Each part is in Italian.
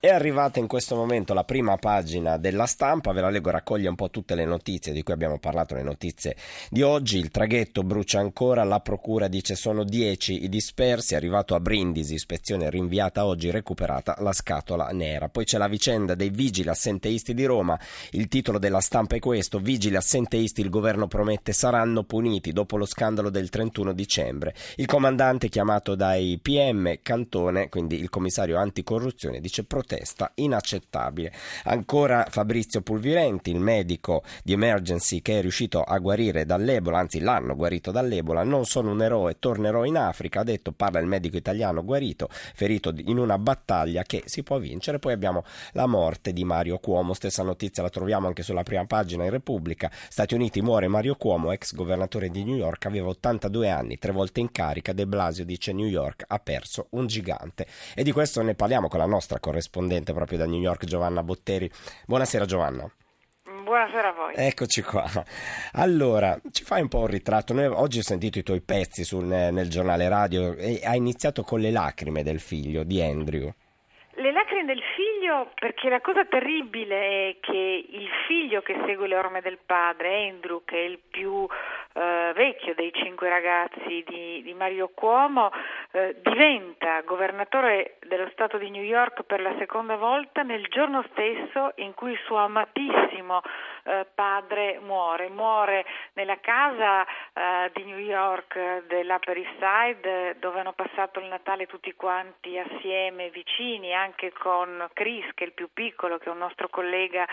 È arrivata in questo momento la prima pagina della Stampa, ve la leggo, raccoglie un po' tutte le notizie di cui abbiamo parlato, le notizie di oggi. Il traghetto brucia ancora, la procura dice sono 10 i dispersi, è arrivato a Brindisi, ispezione rinviata oggi, recuperata la scatola nera. Poi c'è la vicenda dei vigili assenteisti di Roma, il titolo della Stampa è questo: vigili assenteisti, il governo promette saranno puniti dopo lo scandalo del 31 dicembre. Il comandante chiamato dai PM Cantone, quindi il commissario anticorruzione, dice protesta inaccettabile. Ancora Fabrizio Pulvirenti, il medico di emergency che è riuscito a guarire dall'Ebola, anzi l'hanno guarito dall'Ebola. Non sono un eroe, tornerò in Africa, ha detto, parla il medico italiano guarito, ferito in una battaglia che si può vincere. Poi abbiamo la morte di Mario Cuomo, stessa notizia la troviamo anche sulla prima pagina in Repubblica. Stati Uniti, muore Mario Cuomo, ex governatore di New York, aveva 82 anni, 3 volte in carica. De Blasio dice New York ha perso un gigante, e di questo ne parliamo con la nostra corrispondente proprio da New York, Giovanna Botteri. Buonasera Giovanna. Buonasera a voi. Eccoci qua. Allora, ci fai un po' un ritratto. Noi oggi ho sentito i tuoi pezzi nel giornale radio e hai iniziato con le lacrime del figlio di Andrew. Le lacrime del figlio, perché la cosa terribile è che il figlio che segue le orme del padre, Andrew, che è il più vecchio dei 5 ragazzi di Mario Cuomo, diventa governatore dello Stato di New York per la seconda volta nel giorno stesso in cui il suo amatissimo padre muore nella casa di New York dell'Upper East Side, dove hanno passato il Natale tutti quanti assieme, vicini, anche con Chris, che è il più piccolo, che è un nostro collega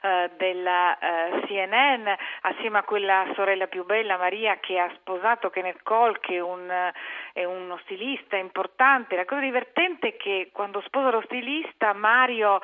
della CNN, assieme a quella sorella più bella, Maria, che ha sposato Kenneth Cole, che è uno stilista importante. La cosa divertente è che quando sposa lo stilista, Mario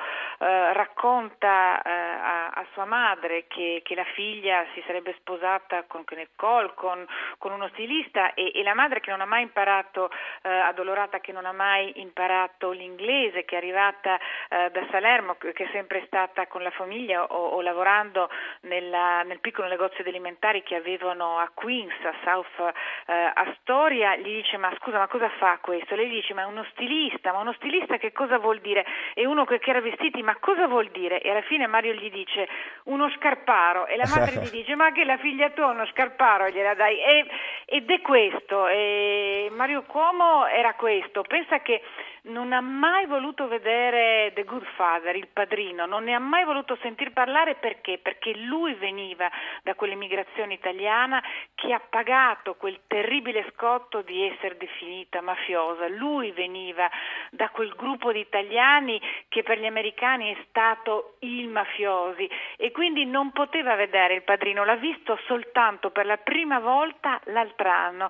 racconta a sua madre che la figlia si sarebbe sposata con Kenneth Cole, con uno stilista, e la madre, che non ha mai imparato, addolorata, che non ha mai imparato l'inglese, che è arrivata da Salerno, che è sempre stata con la famiglia o lavorando nel piccolo negozio di alimentari che avevano a Queens, a South Astoria, gli dice: ma scusa, ma cosa fa questo? Lei dice: ma è uno stilista che cosa vuol dire? E uno che era vestiti, ma cosa vuol dire? E alla fine Mario gli dice: uno scarparo, e la madre gli dice: ma che la figlia tua uno scarparo gliela dai? Ed è questo, e Mario Cuomo era questo. Pensa che non ha mai voluto vedere The Good Father, il padrino, non ne ha mai voluto sentir parlare. Perché? Perché lui veniva da quell'immigrazione italiana che ha pagato quel terribile scotto di essere definita mafiosa. Lui veniva da quel gruppo di italiani che per gli americani è stato il mafiosi, e quindi non poteva vedere il padrino. L'ha visto soltanto per la prima volta l'altro anno,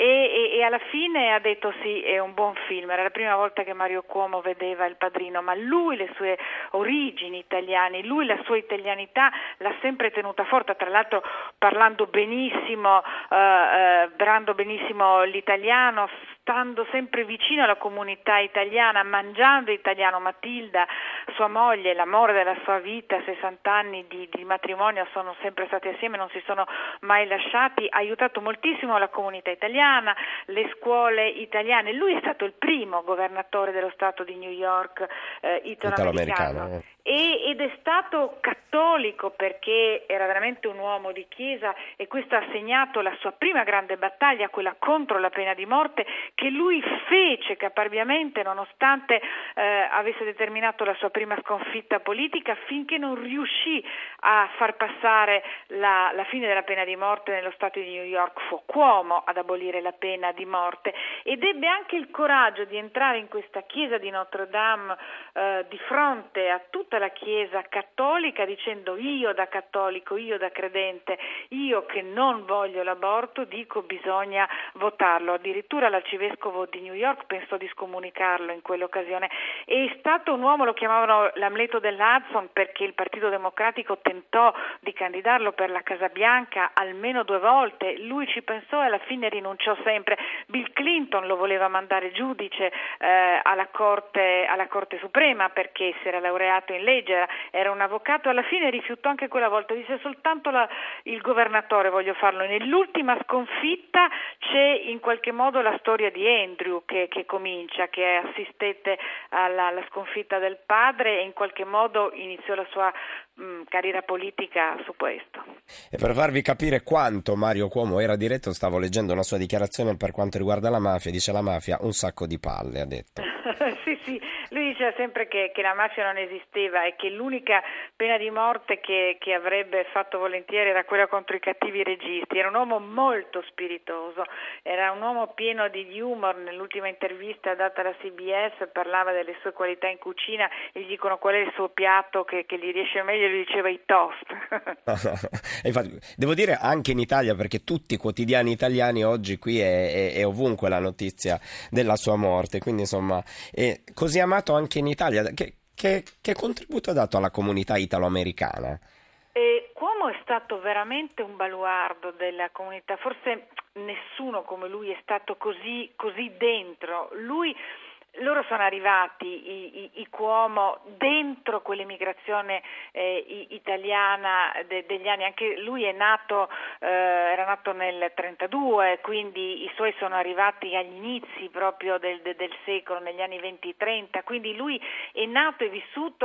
e alla fine ha detto sì, è un buon film. Era la prima volta che Mario Cuomo vedeva il padrino, ma lui le sue origini italiane, lui la sua italianità l'ha sempre tenuta forte, tra l'altro parlando benissimo l'italiano, stando sempre vicino alla comunità italiana, mangiando italiano. Matilda, sua moglie, l'amore della sua vita, 60 anni di matrimonio, sono sempre stati assieme, non si sono mai lasciati, ha aiutato moltissimo la comunità italiana, le scuole italiane. Lui è stato il primo governatore dello Stato di New York italo-americano. Ed è stato cattolico, perché era veramente un uomo di chiesa, e questo ha segnato la sua prima grande battaglia, quella contro la pena di morte, che lui fece caparbiamente nonostante avesse determinato la sua prima sconfitta politica, finché non riuscì a far passare la fine della pena di morte nello Stato di New York. Fu Cuomo ad abolire la pena di morte, ed ebbe anche il coraggio di entrare in questa chiesa di Notre Dame di fronte a tutta la chiesa cattolica, dicendo: io da cattolico, io da credente, io che non voglio l'aborto, dico bisogna votarlo. Addirittura l'arcivescovo di New York pensò di scomunicarlo in quell'occasione. È stato un uomo, lo chiamavano l'Amleto dell'Hudson, perché il Partito Democratico tentò di candidarlo per la Casa Bianca almeno 2 volte, lui ci pensò e alla fine rinunciò sempre. Bill Clinton lo voleva mandare giudice alla Corte Suprema, perché si era laureato in legge, era un avvocato, alla fine rifiutò anche quella volta, disse soltanto il governatore voglio farlo. Nell'ultima sconfitta c'è in qualche modo la storia di Andrew che comincia, che assistette alla sconfitta del padre e in qualche modo iniziò la sua carriera politica su questo. E per farvi capire quanto Mario Cuomo era diretto, stavo leggendo una sua dichiarazione per quanto riguarda la mafia. Dice: la mafia un sacco di palle, ha detto. Sì, lui diceva sempre che la mafia non esisteva e che l'unica pena di morte che avrebbe fatto volentieri era quella contro i cattivi registi. Era un uomo molto spiritoso, era un uomo pieno di humor. Nell'ultima intervista data alla CBS parlava delle sue qualità in cucina e gli dicono qual è il suo piatto che gli riesce meglio, lui diceva i toast. Infatti, devo dire anche in Italia, perché tutti i quotidiani italiani oggi qui è ovunque la notizia della sua morte, quindi insomma è così amato anche in Italia. Che contributo ha dato alla comunità italo-americana? Cuomo è stato veramente un baluardo della comunità, forse nessuno come lui è stato così dentro. Loro sono arrivati, i Cuomo, dentro quell'emigrazione italiana degli anni. Anche lui era nato nel 32, quindi i suoi sono arrivati agli inizi proprio del secolo, negli anni 20-30, quindi lui è nato e vissuto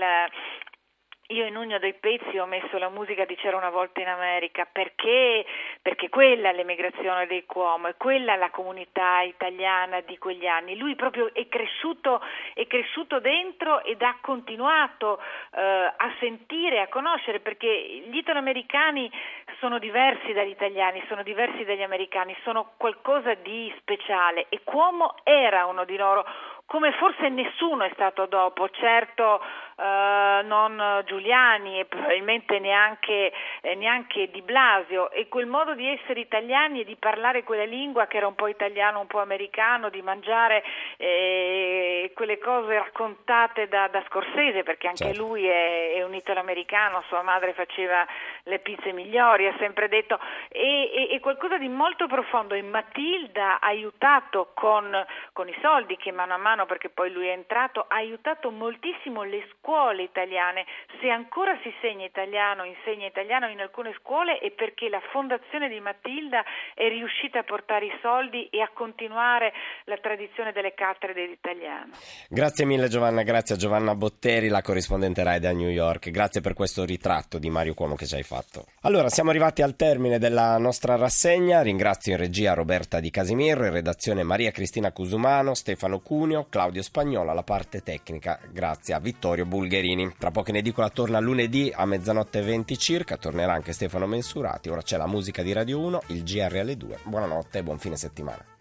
Io in uno dei pezzi ho messo la musica di C'era una volta in America perché quella è l'emigrazione dei Cuomo, è quella la comunità italiana di quegli anni. Lui proprio è cresciuto dentro ed ha continuato a sentire, a conoscere, perché gli italoamericani sono diversi dagli italiani, sono diversi dagli americani, sono qualcosa di speciale e Cuomo era uno di loro, come forse nessuno è stato dopo, certo non Giuliani e probabilmente neanche Di Blasio, e quel modo di essere italiani e di parlare quella lingua che era un po' italiano, un po' americano, di mangiare quelle cose raccontate da Scorsese, perché anche Certo. lui è un italoamericano, sua madre faceva le pizze migliori, ha sempre detto, e qualcosa di molto profondo. E Matilda ha aiutato con i soldi che mano a mano, perché poi lui è entrato, ha aiutato moltissimo le scuole italiane. Se ancora si insegna italiano in alcune scuole è perché la fondazione di Matilda è riuscita a portare i soldi e a continuare la tradizione delle cattedre dell'italiano. Grazie mille Giovanna, grazie a Giovanna Botteri, la corrispondente Rai da New York. Grazie per questo ritratto di Mario Cuomo che ci hai fatto. Allora, siamo arrivati al termine della nostra rassegna. Ringrazio in regia Roberta Di Casimiro, in redazione Maria Cristina Cusumano, Stefano Cuneo, Claudio Spagnola, la parte tecnica grazie a Vittorio Bulgherini. Tra poco in edicola torna lunedì a 00:20 circa, tornerà anche Stefano Mensurati. Ora c'è la musica di Radio 1, il GR alle 2. Buonanotte e buon fine settimana.